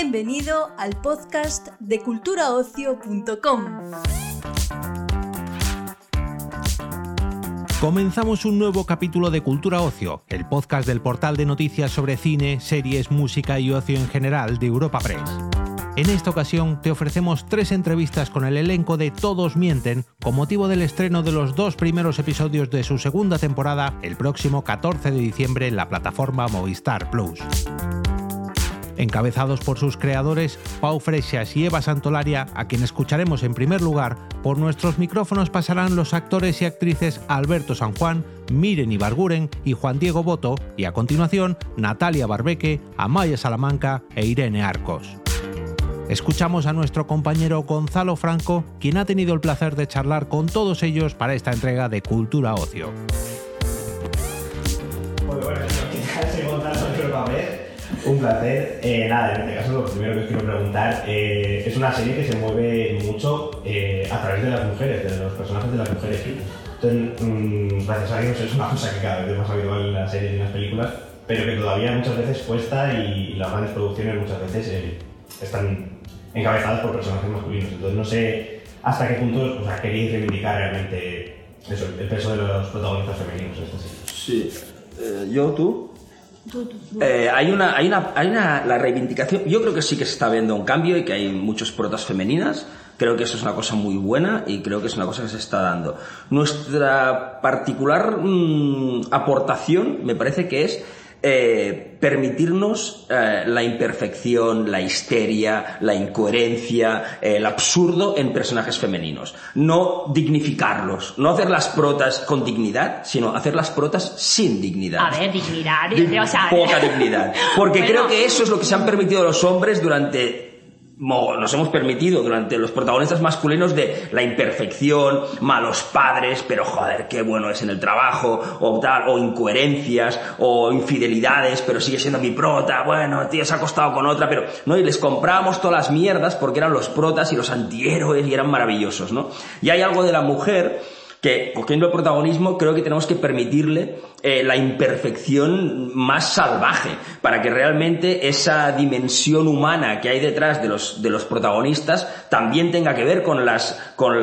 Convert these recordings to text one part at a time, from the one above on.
Bienvenido al podcast de culturaocio.com. Comenzamos un nuevo capítulo de Cultura Ocio, el podcast del portal de noticias sobre cine, series, música y ocio en general de Europa Press. En esta ocasión te ofrecemos 3 entrevistas con el elenco de Todos Mienten con motivo del estreno de los 2 primeros episodios de su segunda temporada el próximo 14 de diciembre en la plataforma Movistar Plus. Encabezados por sus creadores, Pau Freixas y Eva Santolaria, a quien escucharemos en primer lugar, por nuestros micrófonos pasarán los actores y actrices Alberto San Juan, Miren Ibarguren y Juan Diego Boto, y a continuación Natalia Barbeque, Amaya Salamanca e Irene Arcos. Escuchamos a nuestro compañero Gonzalo Franco, quien ha tenido el placer de charlar con todos ellos para esta entrega de Cultura Ocio. Muy bueno, soy Gonzalo, creo que va a ver. Un placer. Nada, en este caso lo primero que os quiero preguntar es una serie que se mueve mucho a través de las mujeres, de los personajes de las mujeres. Entonces, gracias a Dios es una cosa que cada vez es más habitual en las series y en las películas, pero que todavía muchas veces cuesta y las grandes producciones muchas veces están encabezadas por personajes masculinos. Entonces no sé hasta qué punto queréis reivindicar realmente eso, el peso de los protagonistas femeninos en esta serie. Sí. ¿Tú? La reivindicación. Yo creo que sí que se está viendo un cambio y que hay muchos protas femeninas. Creo que eso es una cosa muy buena y creo que es una cosa que se está dando. Nuestra particular aportación me parece que es permitirnos la imperfección, la histeria, la incoherencia, el absurdo en personajes femeninos. No dignificarlos, no hacer las protas con dignidad, sino hacer las protas sin dignidad. A ver, dignidad, poca dignidad. Porque creo que eso es lo que se han permitido los hombres nos hemos permitido durante los protagonistas masculinos de la imperfección, malos padres, pero joder, qué bueno es en el trabajo, o tal, o incoherencias, o infidelidades, pero sigue siendo mi prota, bueno, tío, se ha acostado con otra, pero, ¿no? Y les comprábamos todas las mierdas porque eran los protas y los antihéroes y eran maravillosos, ¿no? Y hay algo de la mujer que, cogiendo el protagonismo, creo que tenemos que permitirle la imperfección más salvaje, para que realmente esa dimensión humana que hay detrás de los protagonistas también tenga que ver con las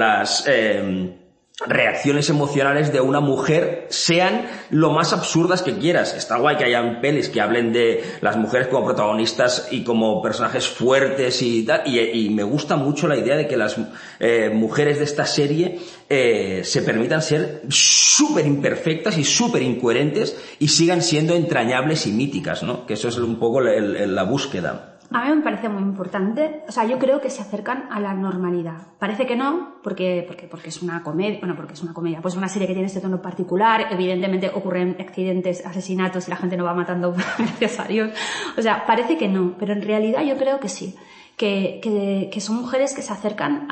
reacciones emocionales de una mujer, sean lo más absurdas que quieras. Está guay que hayan pelis que hablen de las mujeres como protagonistas y como personajes fuertes y tal, y me gusta mucho la idea de que las mujeres de esta serie se permitan ser súper imperfectas y súper incoherentes y sigan siendo entrañables y míticas, ¿no? Que eso es un poco la búsqueda. A mí me parece muy importante, o sea, yo creo que se acercan a la normalidad. Parece que no, porque es una comedia, pues una serie que tiene este tono particular, evidentemente ocurren accidentes, asesinatos y la gente no va matando, gracias a Dios. O sea, parece que no, pero en realidad yo creo que sí, que son mujeres que se acercan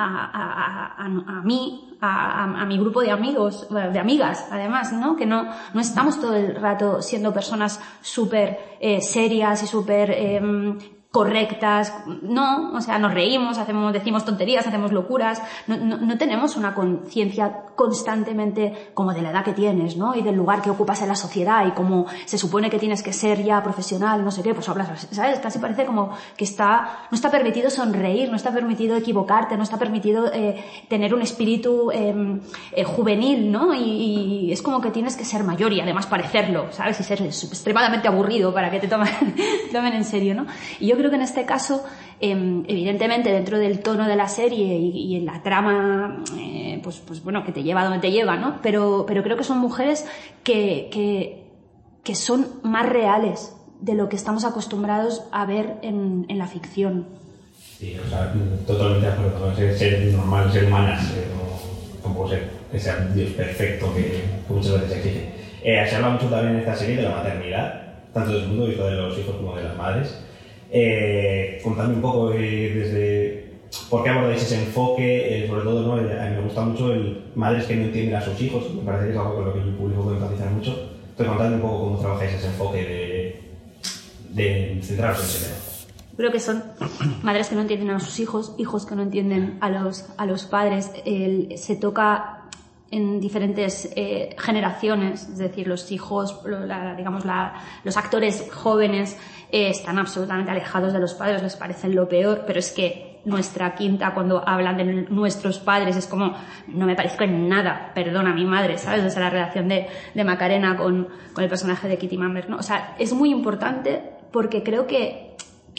a mí, a mi grupo de amigos, de amigas, además, ¿no? Que no estamos todo el rato siendo personas súper serias y súper correctas, no, o sea, nos reímos, decimos tonterías, hacemos locuras, no tenemos una conciencia constantemente como de la edad que tienes, ¿no? Y del lugar que ocupas en la sociedad y como se supone que tienes que ser ya profesional, no sé qué, pues hablas, ¿sabes? Casi parece como que no está permitido sonreír, no está permitido equivocarte, no está permitido tener un espíritu juvenil, ¿no? Y es como que tienes que ser mayor y además parecerlo, ¿sabes? Y ser extremadamente aburrido para que te tomen en serio, ¿no? Y yo creo que en este caso, evidentemente dentro del tono de la serie y en la trama, pues bueno, que te lleva a donde te lleva, ¿no? Pero creo que son mujeres que son más reales de lo que estamos acostumbrados a ver en la ficción. Sí, o sea, totalmente de acuerdo. Ser normal, ser humanas, tampoco ser que sea un Dios perfecto que muchas veces se exige. Se habla mucho también en esta serie de la maternidad, tanto desde el punto de vista de los hijos como de las madres. Contadme un poco desde por qué abordáis ese enfoque, sobre todo, ¿no? A mí me gusta mucho madres que no entienden a sus hijos, me parece que es algo con lo que el público puede empatizar mucho. Entonces contadme un poco cómo trabajáis ese enfoque de centraros en ese tema. Creo que son madres que no entienden a sus hijos, hijos que no entienden a los padres. Se toca diferentes generaciones, es decir, los hijos, los actores jóvenes están absolutamente alejados de los padres, les parecen lo peor, pero es que nuestra quinta, cuando hablan de nuestros padres, es como, no me parezco en nada, perdona mi madre, ¿sabes? O sea, la relación de Macarena con el personaje de Kitty Mamber, ¿no? O sea, es muy importante porque creo que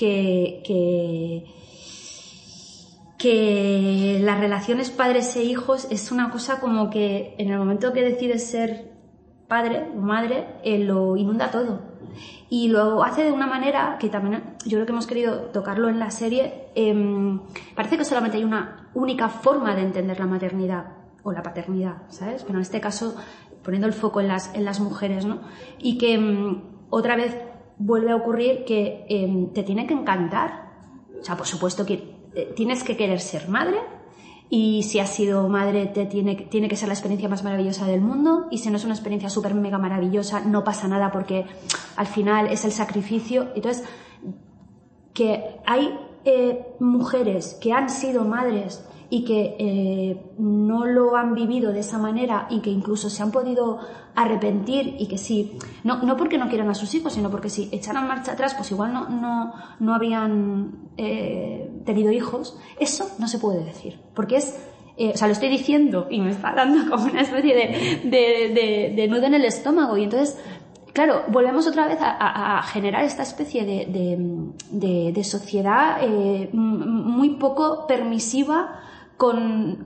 las relaciones padres e hijos es una cosa como que en el momento que decides ser padre o madre, lo inunda todo. Y lo hace de una manera que también yo creo que hemos querido tocarlo en la serie. Parece que solamente hay una única forma de entender la maternidad o la paternidad, ¿sabes? Pero en este caso poniendo el foco en las mujeres, ¿no? Y que otra vez vuelve a ocurrir que te tiene que encantar. O sea, por supuesto que tienes que querer ser madre, y si has sido madre tiene que ser la experiencia más maravillosa del mundo, y si no es una experiencia súper mega maravillosa no pasa nada porque al final es el sacrificio. Entonces, que hay mujeres que han sido madres y que no lo han vivido de esa manera y que incluso se han podido arrepentir, y que sí, no porque no quieran a sus hijos, sino porque si echaran marcha atrás pues igual no habrían tenido hijos. Eso no se puede decir, porque es o sea, lo estoy diciendo y me está dando como una especie de nudo en el estómago, y entonces claro, volvemos otra vez a generar esta especie de sociedad muy poco permisiva con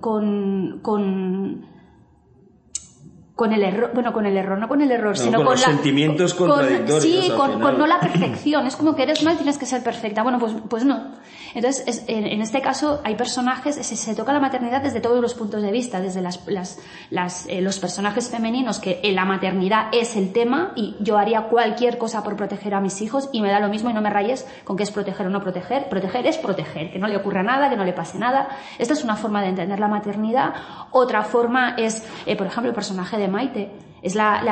el error, no con el error, sino con los sentimientos contradictorios. Sí, con no la perfección. Es como que eres mal y tienes que ser perfecta. Bueno, pues no. Entonces, en este caso, hay personajes, se toca la maternidad desde todos los puntos de vista, desde los personajes femeninos, que la maternidad es el tema, y yo haría cualquier cosa por proteger a mis hijos, y me da lo mismo, y no me rayes con qué es proteger o no proteger. Proteger es proteger, que no le ocurra nada, que no le pase nada. Esta es una forma de entender la maternidad. Otra forma es, por ejemplo, el personaje de Maite. Es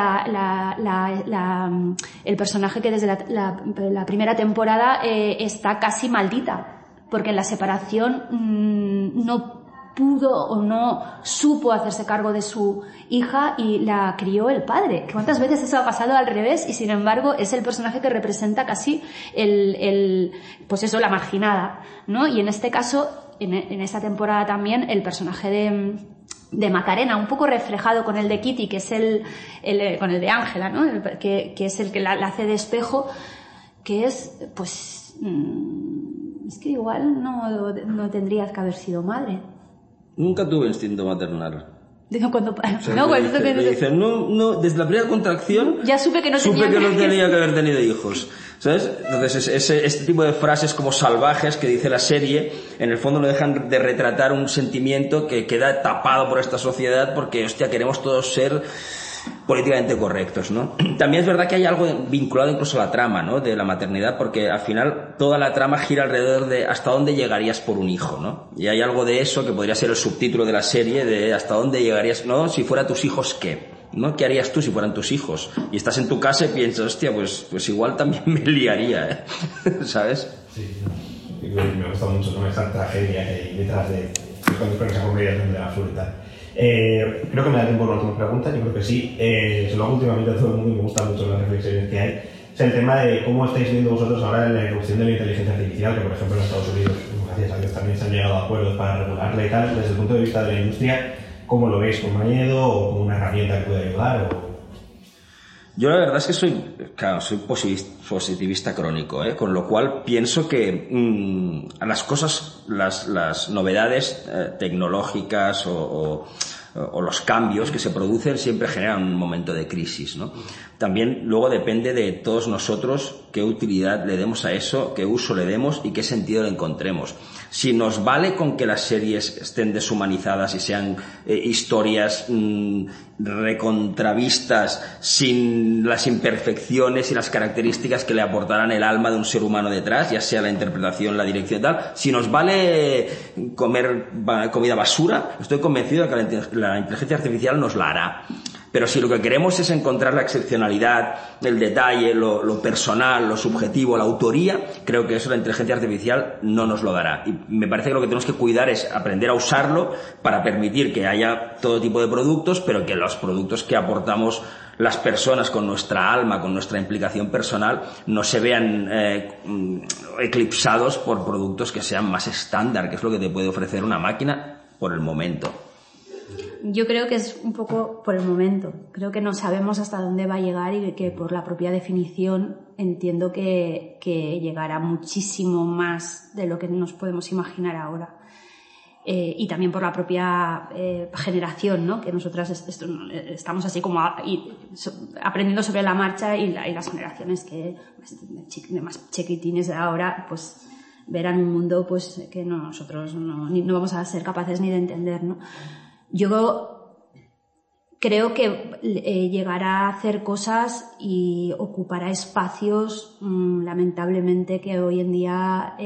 el personaje que desde la primera temporada está casi maldita, porque en la separación no pudo o no supo hacerse cargo de su hija y la crió el padre. ¿Cuántas veces eso ha pasado al revés? Y sin embargo es el personaje que representa casi pues eso, la marginada, ¿no? Y en este caso, en esta temporada también, el personaje de Macarena, un poco reflejado con el de Kitty, que es con el de Ángela, ¿no? Que es el que la hace de espejo, que es, pues, es que igual no tendrías que haber sido madre. Nunca tuve instinto maternal. Digo, cuando me dicen, no, desde la primera contracción ya supe que no tenía que haber tenido hijos, ¿sabes? Entonces este tipo de frases como salvajes que dice la serie, en el fondo no dejan de retratar un sentimiento que queda tapado por esta sociedad, porque hostia, queremos todos ser políticamente correctos, ¿no? También es verdad que hay algo vinculado incluso a la trama, ¿no?, de la maternidad, porque al final toda la trama gira alrededor de hasta dónde llegarías por un hijo, ¿no? Y hay algo de eso que podría ser el subtítulo de la serie, de hasta dónde llegarías, ¿no?, si fuera tus hijos, ¿qué? ¿No? ¿Qué harías tú si fueran tus hijos? Y estás en tu casa y piensas, hostia, pues igual también me liaría, ¿eh? ¿Sabes? Sí, me gusta mucho, ¿no?, esa tragedia que hay detrás de con esa comedia de la fruta. Creo que me da tiempo a una última pregunta, yo creo que sí. Se lo hago últimamente a todo el mundo y me gustan mucho las reflexiones que hay. Es el tema de cómo estáis viendo vosotros ahora la irrupción de la inteligencia artificial, que por ejemplo en Estados Unidos, gracias a Dios, también se han llegado a acuerdos para regularla y tal. Desde el punto de vista de la industria, ¿cómo lo veis? ¿Como miedo o como una herramienta que puede ayudar? Yo la verdad es que soy positivista crónico, con lo cual pienso que las cosas, las novedades tecnológicas o los cambios que se producen siempre generan un momento de crisis, ¿no? También luego depende de todos nosotros qué utilidad le demos a eso, qué uso le demos y qué sentido le encontremos. Si nos vale con que las series estén deshumanizadas y sean historias recontravistas, sin las imperfecciones y las características que le aportarán el alma de un ser humano detrás, ya sea la interpretación, la dirección y tal, si nos vale comer comida basura, estoy convencido de que la inteligencia artificial nos la hará. Pero si lo que queremos es encontrar la excepcionalidad, el detalle, lo personal, lo subjetivo, la autoría, creo que eso la inteligencia artificial no nos lo dará. Y me parece que lo que tenemos que cuidar es aprender a usarlo para permitir que haya todo tipo de productos, pero que los productos que aportamos las personas con nuestra alma, con nuestra implicación personal, no se vean eclipsados por productos que sean más estándar, que es lo que te puede ofrecer una máquina por el momento. Yo creo que es un poco por el momento. Creo que no sabemos hasta dónde va a llegar y que por la propia definición entiendo que llegará muchísimo más de lo que nos podemos imaginar ahora. Y también por la propia generación, ¿no? Que nosotras estamos así como aprendiendo sobre la marcha y las generaciones que de más chiquitines de ahora pues verán un mundo pues que nosotros no vamos a ser capaces ni de entender, ¿no? Yo creo que llegará a hacer cosas y ocupará espacios lamentablemente que hoy en día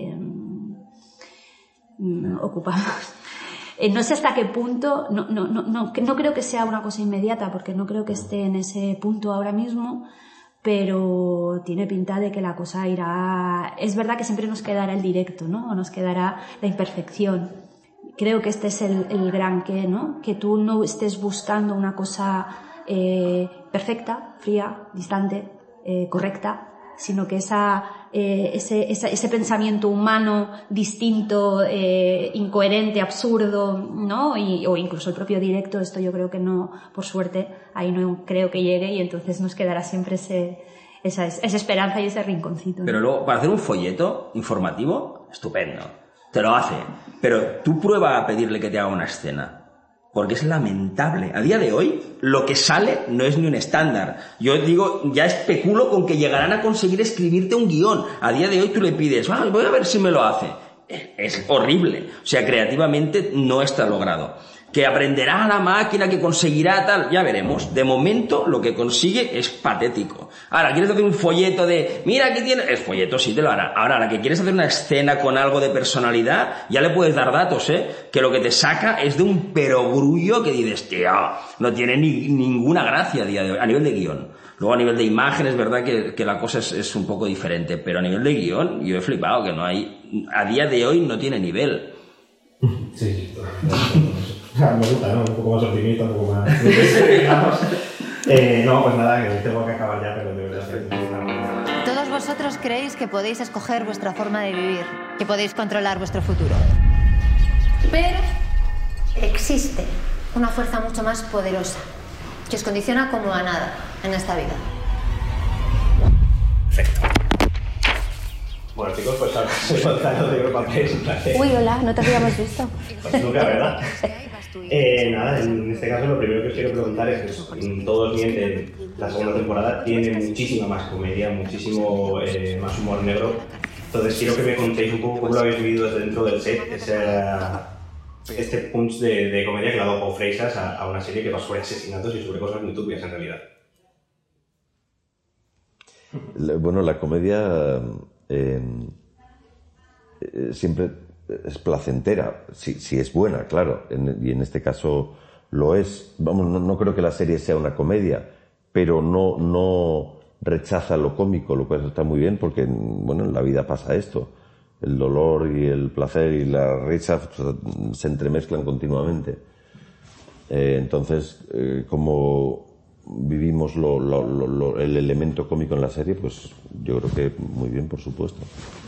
ocupamos. No sé hasta qué punto, no creo que sea una cosa inmediata porque no creo que esté en ese punto ahora mismo, pero tiene pinta de que la cosa irá. Es verdad que siempre nos quedará el directo, ¿no? O nos quedará la imperfección. Creo que este es el gran qué, ¿no? Que tú no estés buscando una cosa perfecta, fría, distante, correcta, sino que ese pensamiento humano distinto, incoherente, absurdo, ¿no? O incluso el propio directo, esto yo creo que no, por suerte, ahí no creo que llegue y entonces nos quedará siempre esa esperanza y ese rinconcito, ¿no? Pero luego, para hacer un folleto informativo, estupendo. Te lo hace, pero tú prueba a pedirle que te haga una escena, porque es lamentable. A día de hoy, lo que sale no es ni un estándar. Yo digo, ya especulo con que llegarán a conseguir escribirte un guión. A día de hoy tú le pides, voy a ver si me lo hace. Es horrible. O sea, creativamente no está logrado. Que aprenderá la máquina, que conseguirá tal, ya veremos. De momento, lo que consigue es patético. Ahora, ¿quieres hacer un folleto de, mira, aquí tienes? El folleto sí te lo hará. Ahora, la que quieres hacer una escena con algo de personalidad, ya le puedes dar datos, que lo que te saca es de un perogrullo que dices, tío, no tiene ninguna gracia a día de hoy, a nivel de guión. Luego, a nivel de imagen, es verdad que la cosa es un poco diferente, pero a nivel de guión, yo he flipado que no hay, a día de hoy no tiene nivel. Sí, me gusta, ¿no? Un poco más optimista, un poco más... no, pues nada, que tengo que acabar ya, pero de verdad que... Todos vosotros creéis que podéis escoger vuestra forma de vivir, que podéis controlar vuestro futuro. Pero existe una fuerza mucho más poderosa que os condiciona como a nada en esta vida. Perfecto. Bueno, chicos, pues ahora soy Gonzalo de Europa Press, un placer. Uy, hola, no te habíamos visto. Pues nunca, ¿verdad? Nada, en este caso lo primero que os quiero preguntar es que todos mienten, la segunda temporada tiene muchísima más comedia, muchísimo más humor negro. Entonces quiero que me contéis un poco cómo lo habéis vivido desde dentro del set, este punch de comedia que le ha dado Pau Freixas a una serie que va sobre asesinatos y sobre cosas muy turbias en realidad. Bueno, la comedia siempre es placentera, si es buena, claro, y en este caso lo es. Vamos, no creo que la serie sea una comedia, pero no rechaza lo cómico, lo cual está muy bien porque, bueno, en la vida pasa esto. El dolor y el placer y la risa se entremezclan continuamente. Entonces, como vivimos el elemento cómico en la serie, pues yo creo que muy bien, por supuesto.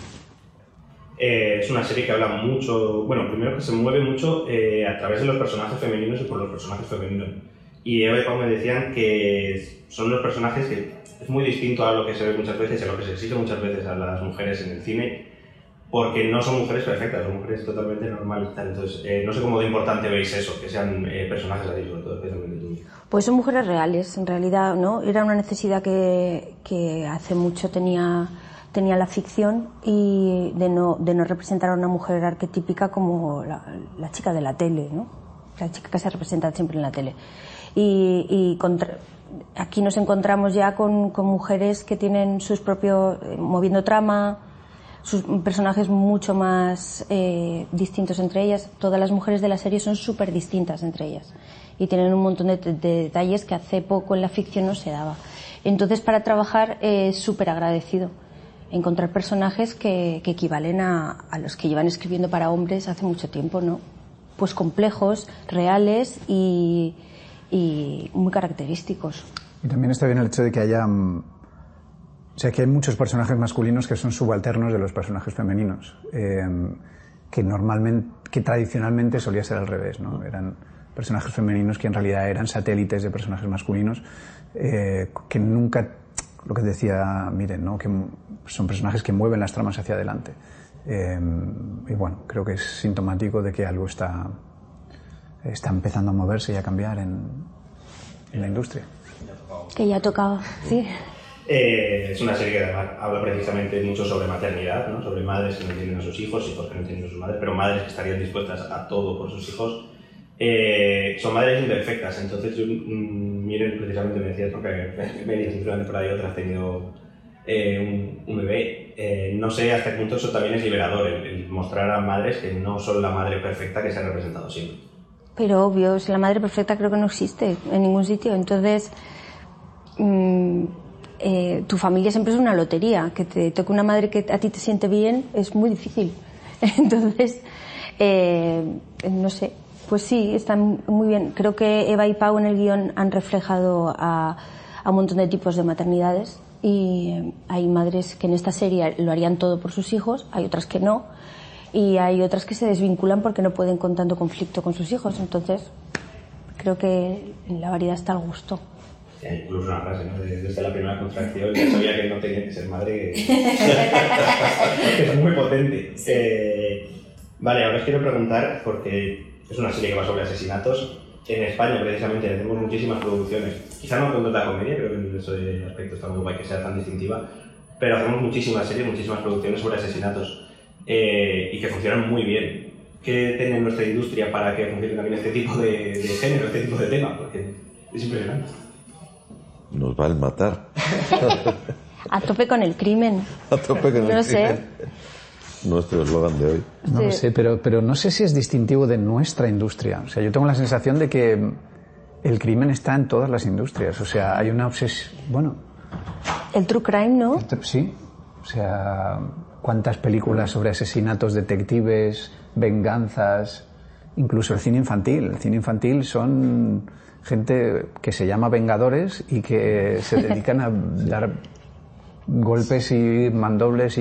Es una serie que habla mucho, bueno, primero que se mueve mucho a través de los personajes femeninos y por los personajes femeninos. Y Eva y Pau me decían que son los personajes que es muy distinto a lo que se ve muchas veces, a lo que se exige muchas veces a las mujeres en el cine, porque no son mujeres perfectas, son mujeres totalmente normales. Entonces, no sé cómo de importante veis eso, que sean personajes así, sobre todo especialmente tú. Pues son mujeres reales, en realidad, ¿no? Era una necesidad que hace mucho tenía la ficción y de no representar a una mujer arquetípica como la chica de la tele, ¿no? La chica que se representa siempre en la tele. Aquí nos encontramos ya con mujeres que tienen sus propios, moviendo trama, sus personajes mucho más distintos entre ellas. Todas las mujeres de la serie son súper distintas entre ellas. y tienen un montón de detalles que hace poco en la ficción no se daba. Entonces, para trabajar es súper agradecido encontrar personajes que equivalen a los que llevan escribiendo para hombres hace mucho tiempo, ¿no? Pues complejos, reales y muy característicos. Y también está bien el hecho de que haya... O sea, que hay muchos personajes masculinos que son subalternos de los personajes femeninos, que tradicionalmente solía ser al revés, ¿no? Eran personajes femeninos que en realidad eran satélites de personajes masculinos, que nunca, lo que decía Miren, ¿no? Que son personajes que mueven las tramas hacia adelante. Y bueno, creo que es sintomático de que algo está empezando a moverse y a cambiar en la industria. Que ya tocaba, sí. Es una serie que además habla precisamente mucho sobre maternidad, ¿no? Sobre madres que no entienden a sus hijos, hijos que no entienden a sus madres, pero madres que estarían dispuestas a todo por sus hijos. Son madres imperfectas, entonces yo, Miren precisamente me decía, ¿no? Que venías entre una temporada y otra, has tenido un bebé. No sé hasta qué punto eso también es liberador, el mostrar a madres que no son la madre perfecta que se ha representado siempre. Pero obvio, la madre perfecta creo que no existe en ningún sitio, entonces tu familia siempre es una lotería, que te toque una madre que a ti te siente bien es muy difícil. Entonces, no sé, pues sí, están muy bien. Creo que Eva y Pau en el guión han reflejado a un montón de tipos de maternidades y hay madres que en esta serie lo harían todo por sus hijos, hay otras que no y hay otras que se desvinculan porque no pueden con tanto conflicto con sus hijos. Entonces, creo que en la variedad está el gusto. Incluso una frase, ¿no? Desde la primera contracción ya sabía que no tenía que ser madre, que es muy potente. Vale, ahora os quiero preguntar, porque es una serie que va sobre asesinatos. En España, precisamente, tenemos muchísimas producciones, quizá no con tanta comedia, creo que en ese aspecto está muy guay que sea tan distintiva, pero hacemos muchísimas series, muchísimas producciones sobre asesinatos y que funcionan muy bien. ¿Qué tiene nuestra industria para que funcione también este tipo de género, este tipo de tema? Porque es impresionante. Nos va a matar. A tope con el crimen. A tope con el crimen. No sé. Nuestro eslogan de hoy. No lo sé, pero no sé si es distintivo de nuestra industria. O sea, yo tengo la sensación de que el crimen está en todas las industrias. O sea, hay una obsesión... Bueno... El true crime, ¿no? Sí. O sea, cuántas películas sobre asesinatos, detectives, venganzas... Incluso el cine infantil. El cine infantil son gente que se llama vengadores y que se dedican a dar golpes y mandobles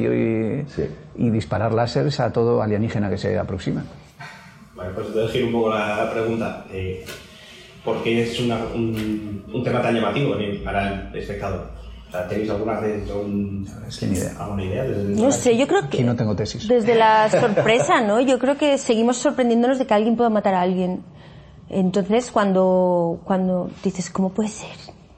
y disparar láseres a todo alienígena que se aproxima. Vale, pues te giro un poco la pregunta. ¿Por qué es un tema tan llamativo para el espectador? O sea, ¿tenéis alguna vez alguna idea? No sé, yo creo que... Aquí no tengo tesis. Desde la sorpresa, ¿no? Yo creo que seguimos sorprendiéndonos de que alguien pueda matar a alguien. Entonces, cuando dices, ¿cómo puede ser?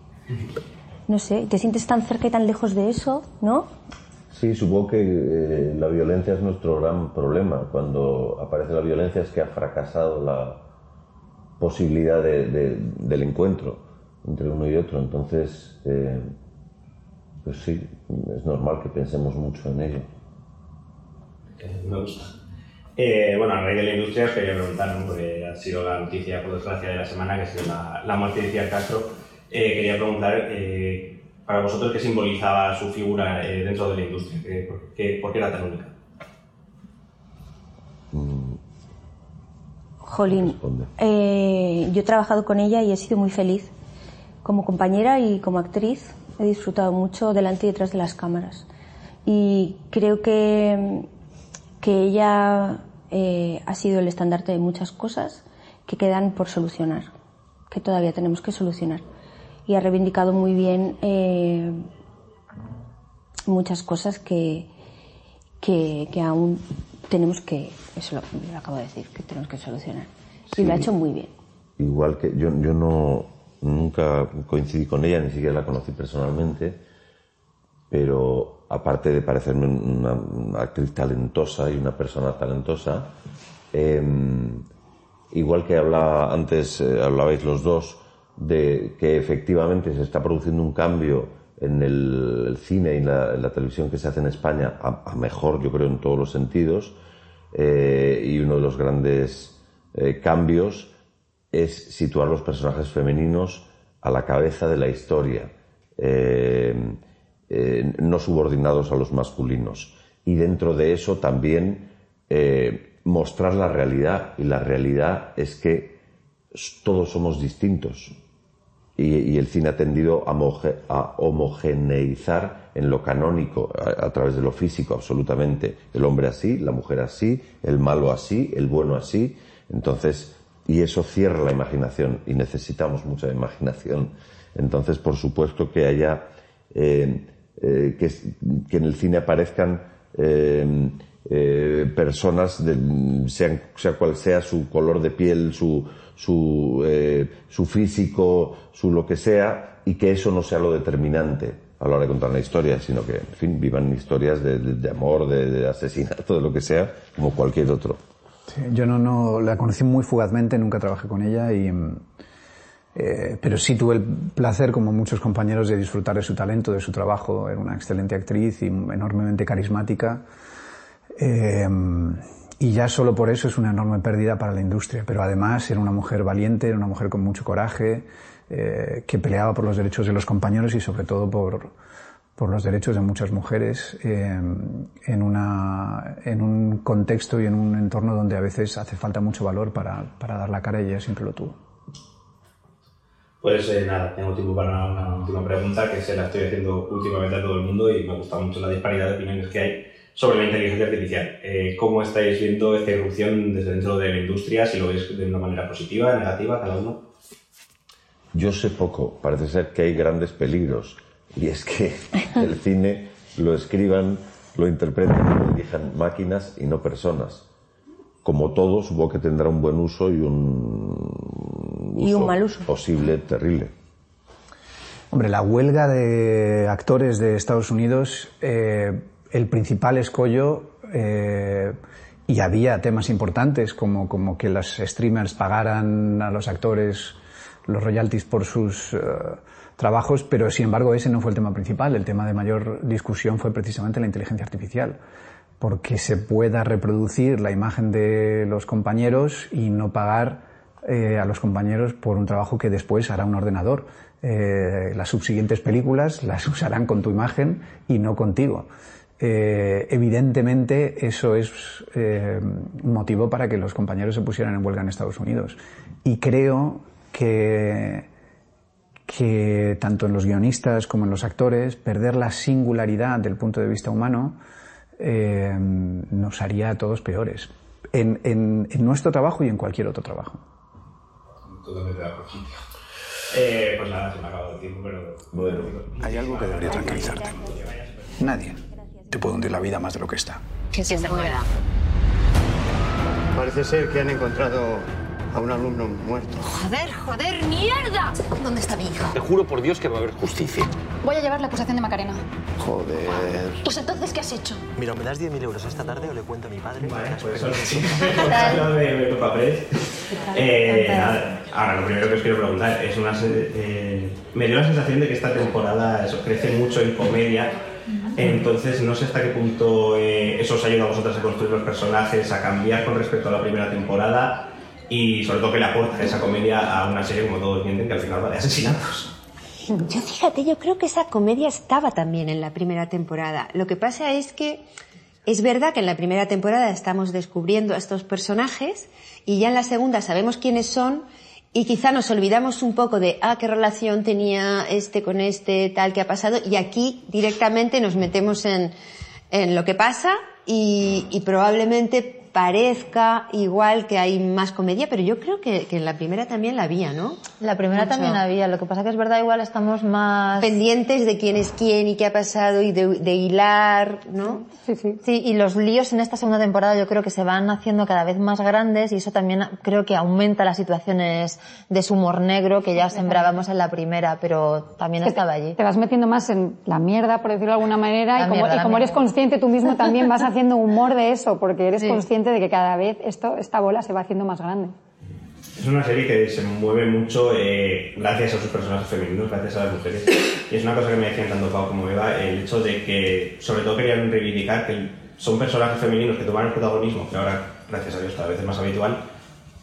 No sé, te sientes tan cerca y tan lejos de eso, ¿no? Sí, supongo que la violencia es nuestro gran problema. Cuando aparece la violencia es que ha fracasado la posibilidad del encuentro entre uno y otro. Entonces, pues sí, es normal que pensemos mucho en ello. Me gusta. Bueno, a raíz de la industria os quería preguntar, ¿no? Porque ha sido la noticia, por desgracia, de la semana, que ha sido la muerte de Fidel Castro. Quería preguntar, para vosotros, ¿qué simbolizaba su figura dentro de la industria? ¿Por qué era tan única? Jolín, yo he trabajado con ella y he sido muy feliz. Como compañera y como actriz he disfrutado mucho delante y detrás de las cámaras. Y creo que ella ha sido el estandarte de muchas cosas que quedan por solucionar, que todavía tenemos que solucionar. Y ha reivindicado muy bien muchas cosas que aún tenemos que, eso lo acabo de decir, que tenemos que solucionar. Sí, y lo ha hecho muy bien. Igual que yo nunca coincidí con ella, ni siquiera la conocí personalmente, pero aparte de parecerme una actriz talentosa y una persona talentosa, igual que hablabais los dos de que efectivamente se está produciendo un cambio en el cine y en la televisión que se hace en España a mejor, yo creo, en todos los sentidos, y uno de los grandes cambios es situar los personajes femeninos a la cabeza de la historia, no subordinados a los masculinos. Y dentro de eso también mostrar la realidad, y la realidad es que todos somos distintos. Y el cine ha tendido a homogeneizar en lo canónico, a través de lo físico, absolutamente. El hombre así, la mujer así, el malo así, el bueno así. Entonces, y eso cierra la imaginación, y necesitamos mucha imaginación. Entonces, por supuesto que haya, que en el cine aparezcan personas, sea cual sea su color de piel, su físico, su lo que sea, y que eso no sea lo determinante a la hora de contar una historia, sino que, en fin, vivan historias de amor, de asesinato, de lo que sea, como cualquier otro. Sí, yo no la conocí muy fugazmente, nunca trabajé con ella, pero sí tuve el placer, como muchos compañeros, de disfrutar de su talento, de su trabajo. Era una excelente actriz y enormemente carismática. Y ya solo por eso es una enorme pérdida para la industria. Pero además era una mujer valiente, era una mujer con mucho coraje, que peleaba por los derechos de los compañeros y sobre todo por los derechos de muchas mujeres en un contexto y en un entorno donde a veces hace falta mucho valor para dar la cara, y ella siempre lo tuvo. Pues nada, tengo tiempo para una última pregunta, que se la estoy haciendo últimamente a todo el mundo, y me gusta mucho la disparidad de opiniones que hay sobre la inteligencia artificial. ¿Cómo estáis viendo esta irrupción desde dentro de la industria? Si lo veis de una manera positiva, negativa, cada uno. Yo sé poco. Parece ser que hay grandes peligros, y es que el cine lo escriban, lo interpreten y lo dirijan máquinas y no personas. Como todo, supongo que tendrá un buen uso y un mal uso posible terrible. Hombre, la huelga de actores de Estados Unidos, el principal escollo, y había temas importantes como que los streamers pagaran a los actores los royalties por sus trabajos, pero sin embargo ese no fue el tema principal. El tema de mayor discusión fue precisamente la inteligencia artificial, porque se pueda reproducir la imagen de los compañeros y no pagar a los compañeros por un trabajo que después hará un ordenador. Las subsiguientes películas las usarán con tu imagen y no contigo. Evidentemente eso es un motivo para que los compañeros se pusieran en huelga en Estados Unidos. Y creo que tanto en los guionistas como en los actores, perder la singularidad del punto de vista humano nos haría a todos peores, en nuestro trabajo y en cualquier otro trabajo. Totalmente de acuerdo. Pues nada, se me ha acabado el tiempo, pero... Bueno, hay algo que debería tranquilizarte. Nadie te puede hundir la vida más de lo que está. Que se muera. Parece ser que han encontrado a un alumno muerto. ¡Joder, mierda! ¿Dónde está mi hija? Te juro por Dios que va a haber justicia. Voy a llevar la acusación de Macarena. Joder. Pues entonces, ¿qué has hecho? Mira, ¿me das 10.000 euros esta tarde o le cuento a mi padre? Vale, pues eso sí. de Pepa Pérez. Nada, ahora lo primero que os quiero preguntar es una me dio la sensación de que esta temporada crece mucho en comedia. Entonces no sé hasta qué punto eso os ayuda a vosotras a construir los personajes, a cambiar con respecto a la primera temporada, y sobre todo que le aporta esa comedia a una serie, como todos entienden, que al final va de asesinatos. Yo creo que esa comedia estaba también en la primera temporada. Lo que pasa es que es verdad que en la primera temporada estamos descubriendo a estos personajes y ya en la segunda sabemos quiénes son, y quizá nos olvidamos un poco de qué relación tenía este con este, tal, que ha pasado, y aquí directamente nos metemos en lo que pasa y probablemente parezca igual que hay más comedia, pero yo creo que en la primera también la había, ¿no? La primera también había, lo que pasa que es verdad, igual estamos más... pendientes de quién es quién y qué ha pasado y de hilar, ¿no? Sí, y los líos en esta segunda temporada yo creo que se van haciendo cada vez más grandes, y eso también creo que aumenta las situaciones de su humor negro que ya sembrábamos en la primera, pero también estaba allí. Te vas metiendo más en la mierda, por decirlo de alguna manera, y como eres consciente tú mismo también vas haciendo humor de eso, porque eres consciente de que cada vez esta bola se va haciendo más grande. Es una serie que se mueve mucho gracias a sus personajes femeninos, gracias a las mujeres. Y es una cosa que me decían tanto Pau como Eva, el hecho de que sobre todo querían reivindicar que son personajes femeninos que toman el protagonismo, que ahora, gracias a Dios, cada vez es más habitual,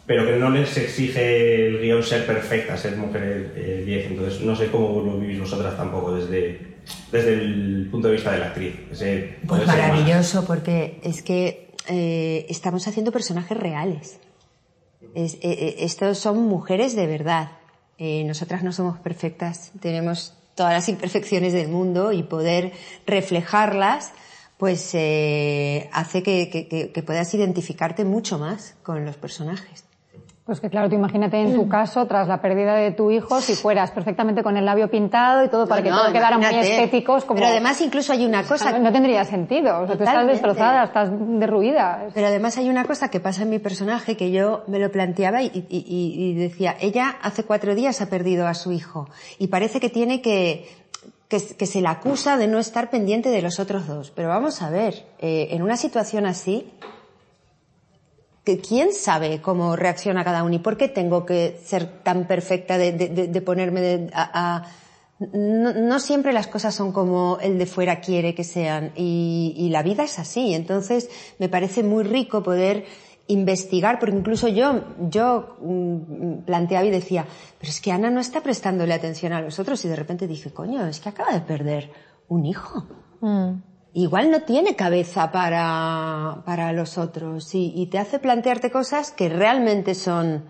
pero que no les exige el guión ser perfectas, ser mujeres 10. Entonces no sé cómo lo vivís vosotras tampoco desde el punto de vista de la actriz. Pues maravilloso, porque es que estamos haciendo personajes reales. Estos son mujeres de verdad. Nosotras no somos perfectas, tenemos todas las imperfecciones del mundo, y poder reflejarlas pues hace que puedas identificarte mucho más con los personajes. Pues que claro, tú imagínate en tu caso, tras la pérdida de tu hijo, si fueras perfectamente con el labio pintado y todo para que todo quedara muy estéticos. Como... Pero además incluso hay una cosa... No tendría sentido, o sea, tú estás destrozada, estás derruida. Pero además hay una cosa que pasa en mi personaje que yo me lo planteaba y decía, ella hace 4 días ha perdido a su hijo y parece que tiene que se la acusa de no estar pendiente de los otros 2. Pero vamos a ver, en una situación así... ¿Quién sabe cómo reacciona cada uno? ¿Y por qué tengo que ser tan perfecta de ponerme No siempre las cosas son como el de fuera quiere que sean, y la vida es así. Entonces me parece muy rico poder investigar, porque incluso yo planteaba y decía, pero es que Ana no está prestándole atención a los otros, y de repente dije, coño, es que acaba de perder un hijo. Igual no tiene cabeza para los otros, y te hace plantearte cosas que realmente son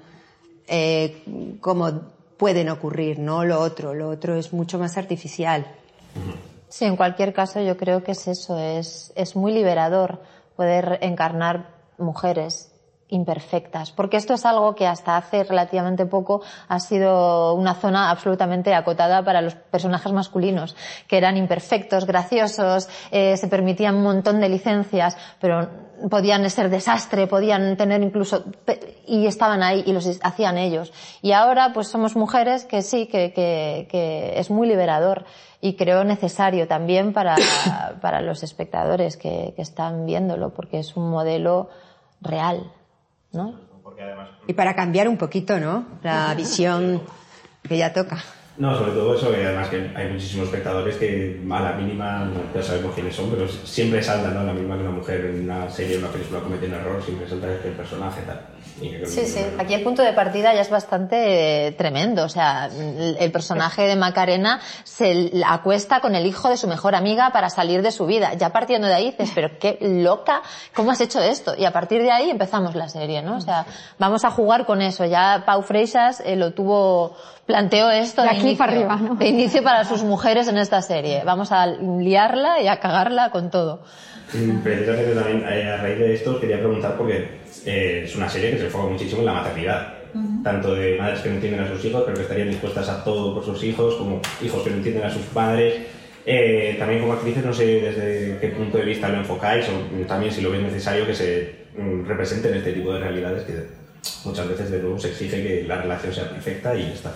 como pueden ocurrir, ¿no? Lo otro es mucho más artificial. Sí, en cualquier caso yo creo que es eso, es muy liberador poder encarnar mujeres imperfectas, porque esto es algo que hasta hace relativamente poco ha sido una zona absolutamente acotada para los personajes masculinos, que eran imperfectos, graciosos, se permitían un montón de licencias, pero podían ser desastre, podían tener incluso... y estaban ahí y los hacían ellos. Y ahora pues somos mujeres que sí, que es muy liberador, y creo necesario también para los espectadores que están viéndolo, porque es un modelo real, ¿no? Y para cambiar un poquito, ¿no? La visión que ya toca. No, sobre todo eso, que además que hay muchísimos espectadores que a la mínima, ya sabemos quiénes son, pero siempre saltan, ¿no? A la mínima que una mujer en una serie o una película comete un error, siempre salta el personaje tal. Sí, aquí el punto de partida ya es bastante tremendo. O sea, el personaje de Macarena se acuesta con el hijo de su mejor amiga para salir de su vida. Ya partiendo de ahí dices, pero qué loca, ¿cómo has hecho esto? Y a partir de ahí empezamos la serie, ¿no? O sea, vamos a jugar con eso. Ya Pau Freixas planteó esto de inicio, para arriba, ¿no? De inicio para sus mujeres en esta serie. Vamos a liarla y a cagarla con todo. Precisamente también a raíz de esto quería preguntar, porque es una serie que se enfoca muchísimo en la maternidad, tanto de madres que no entienden a sus hijos pero que estarían dispuestas a todo por sus hijos, como hijos que no entienden a sus padres. También como actrices, no sé desde qué punto de vista lo enfocáis, o también si lo veis necesario que se representen este tipo de realidades, que muchas veces de nuevo se exige que la relación sea perfecta y ya está.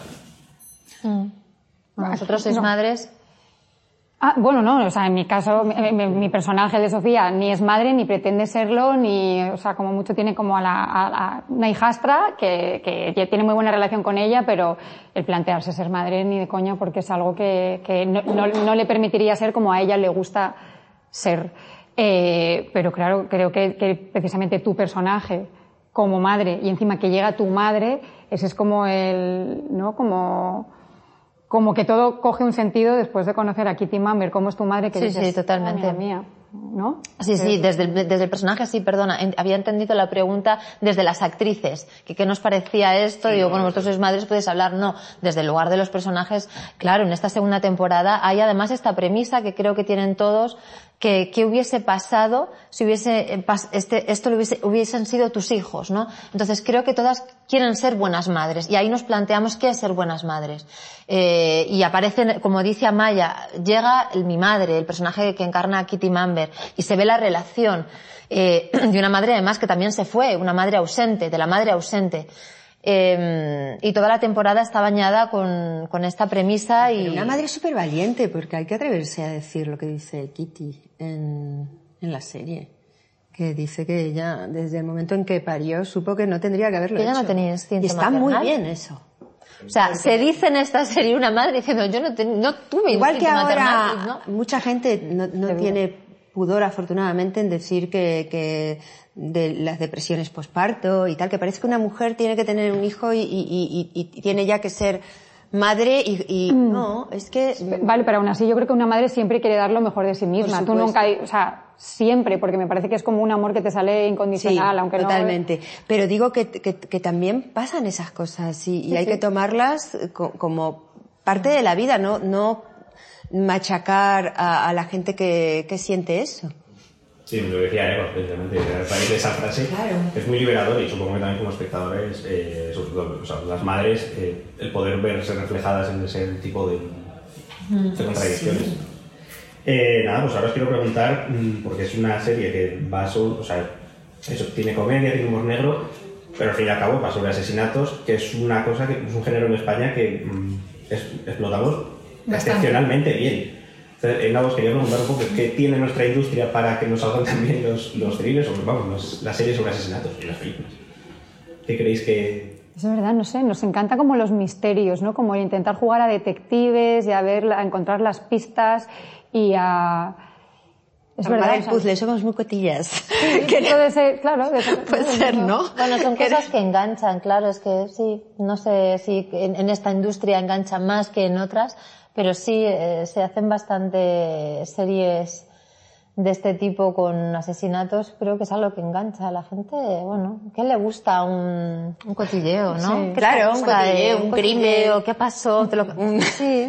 Vosotros sois madres. Bueno, no, o sea, en mi caso, mi personaje de Sofía ni es madre, ni pretende serlo, o sea, como mucho tiene como a una hijastra que tiene muy buena relación con ella, pero el plantearse ser madre ni de coña, porque es algo que no le permitiría ser como a ella le gusta ser. Pero claro, creo que precisamente tu personaje como madre, y encima que llega tu madre, ese es como ¿no? Como que todo coge un sentido después de conocer a Kitty Mamber, cómo es tu madre, que dices, sí, totalmente. Mía, ¿no? Sí, desde el personaje, sí, perdona, había entendido la pregunta desde las actrices, que qué nos parecía esto, digo, bueno, vosotros sois madres, podéis hablar, no, desde el lugar de los personajes, claro, en esta segunda temporada hay además esta premisa que creo que tienen todos, que qué hubiese pasado si hubiesen sido tus hijos, ¿no? Entonces creo que todas quieren ser buenas madres, y ahí nos planteamos qué es ser buenas madres. Y aparece, como dice Amaya, llega mi madre, el personaje que encarna a Kitty Mamber, y se ve la relación de una madre además que también se fue, una madre ausente, de la madre ausente. Y toda la temporada está bañada con esta premisa. Pero una madre súper valiente, porque hay que atreverse a decir lo que dice Kitty en la serie, que dice que ella desde el momento en que parió supo que no tendría que haberlo hecho. Ella no tenía instinto y está maternal. muy bien eso. O sea, se dice en esta serie una madre diciendo yo no tuve igual instinto que ahora maternal, ¿no? Mucha gente no tiene pudor, afortunadamente, en decir que de las depresiones posparto y tal, que parece que una mujer tiene que tener un hijo y tiene ya que ser madre y no, es que... Vale, pero aún así yo creo que una madre siempre quiere dar lo mejor de sí misma. Tú nunca, o sea, siempre, porque me parece que es como un amor que te sale incondicional, sí, aunque totalmente. Pero digo que también pasan esas cosas y hay que tomarlas como parte de la vida, no machacar a la gente que siente eso. Sí, me lo decía Eva, precisamente, a raíz de esa frase. Claro. Es muy liberador y supongo que también como espectadores, sobre todo, o sea, las madres, el poder verse reflejadas en ese tipo de contradicciones. Sí. Nada, pues ahora os quiero preguntar, porque es una serie que va sobre, o sea, eso, tiene comedia, tiene humor negro, pero al fin y al cabo va sobre asesinatos, que es una cosa que es un género en España que explotamos excepcionalmente bien. Entonces, os quería preguntar un poco qué tiene nuestra industria para que nos salgan también los thrillers, o vamos, las series sobre asesinatos y las películas. ¿Qué creéis que...? Es verdad, no sé, nos encanta como los misterios, ¿no? Como el intentar jugar a detectives y a encontrar las pistas y a... Es verdad, el puzzle, somos muy cotillas. Sí, puede ser, claro. Puede ser, ¿no? Bueno, son cosas que enganchan, claro, es que sí, no sé si en esta industria enganchan más que en otras, pero sí, se hacen bastante series de este tipo con asesinatos, creo que es algo que engancha a la gente, bueno, ¿qué le gusta? Un cotilleo, ¿no? Sí, claro, un cotilleo, un crimen, o qué pasó, sí.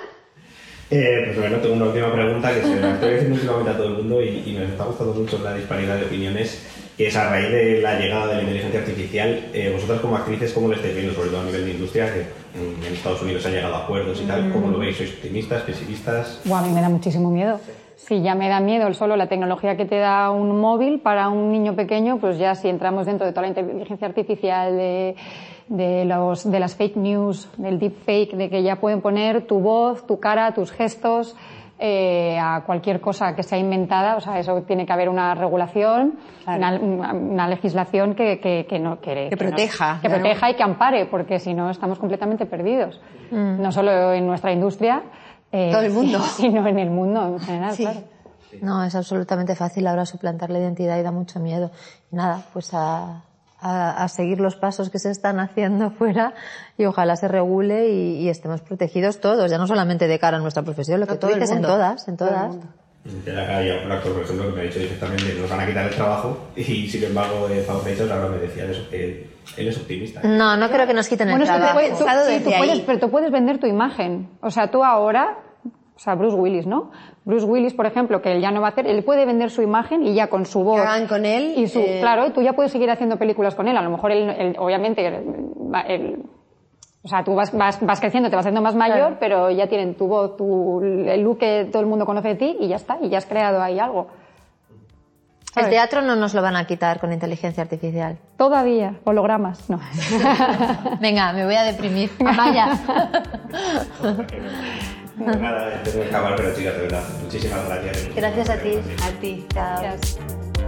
Pues bueno, tengo una última pregunta que se la estoy haciendo últimamente a todo el mundo y me está gustando mucho la disparidad de opiniones, que es a raíz de la llegada de la inteligencia artificial. Vosotras como actrices, ¿cómo lo estáis viendo, sobre todo a nivel de industria, que en Estados Unidos han llegado a acuerdos y tal? ¿Cómo lo veis? ¿Sois optimistas, pesimistas? Bueno, a mí me da muchísimo miedo. Sí, ya me da miedo solo la tecnología que te da un móvil para un niño pequeño, pues ya si entramos dentro de toda la inteligencia artificial, de las fake news, del deepfake, de que ya pueden poner tu voz, tu cara, tus gestos a cualquier cosa que sea inventada, o sea, eso tiene que haber una regulación, claro. una legislación que proteja. Que proteja y que ampare, porque si no estamos completamente perdidos. No solo en nuestra industria, todo el mundo, sino en el mundo en general, sí. Claro. No, es absolutamente fácil ahora suplantar la identidad y da mucho miedo. Y nada, pues a seguir los pasos que se están haciendo fuera y ojalá se regule y estemos protegidos todos, ya no solamente de cara a nuestra profesión, lo que tú dices, en todas. Hay un actor, por ejemplo, que me ha dicho directamente que nos van a quitar el trabajo y sin embargo Pau Freixas ahora me decía eso, que él es optimista. No creo que nos quiten el trabajo. Pero tú puedes vender tu imagen. O sea, tú ahora, o sea, Bruce Willis, ¿no? Bruce Willis, por ejemplo, que él ya no va a hacer, él puede vender su imagen y ya con su voz. Que hagan con él. Y claro, tú ya puedes seguir haciendo películas con él. A lo mejor él obviamente, o sea, tú vas creciendo, te vas haciendo más mayor, claro. Pero ya tienen tu voz, el look que todo el mundo conoce de ti y ya está, y ya has creado ahí algo. El teatro no nos lo van a quitar con inteligencia artificial. Todavía, hologramas, no. Venga, me voy a deprimir. Vaya. Pues nada, tengo que acabar, pero chicas, de verdad, muchísimas gracias. Gracias a ti. A ti. Chao. Gracias.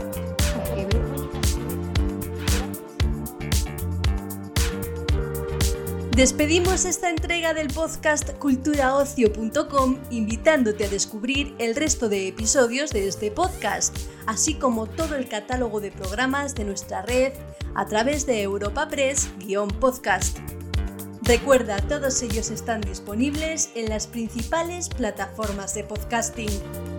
Despedimos esta entrega del podcast culturaocio.com invitándote a descubrir el resto de episodios de este podcast, así como todo el catálogo de programas de nuestra red a través de Europa Press-podcast. Recuerda, todos ellos están disponibles en las principales plataformas de podcasting.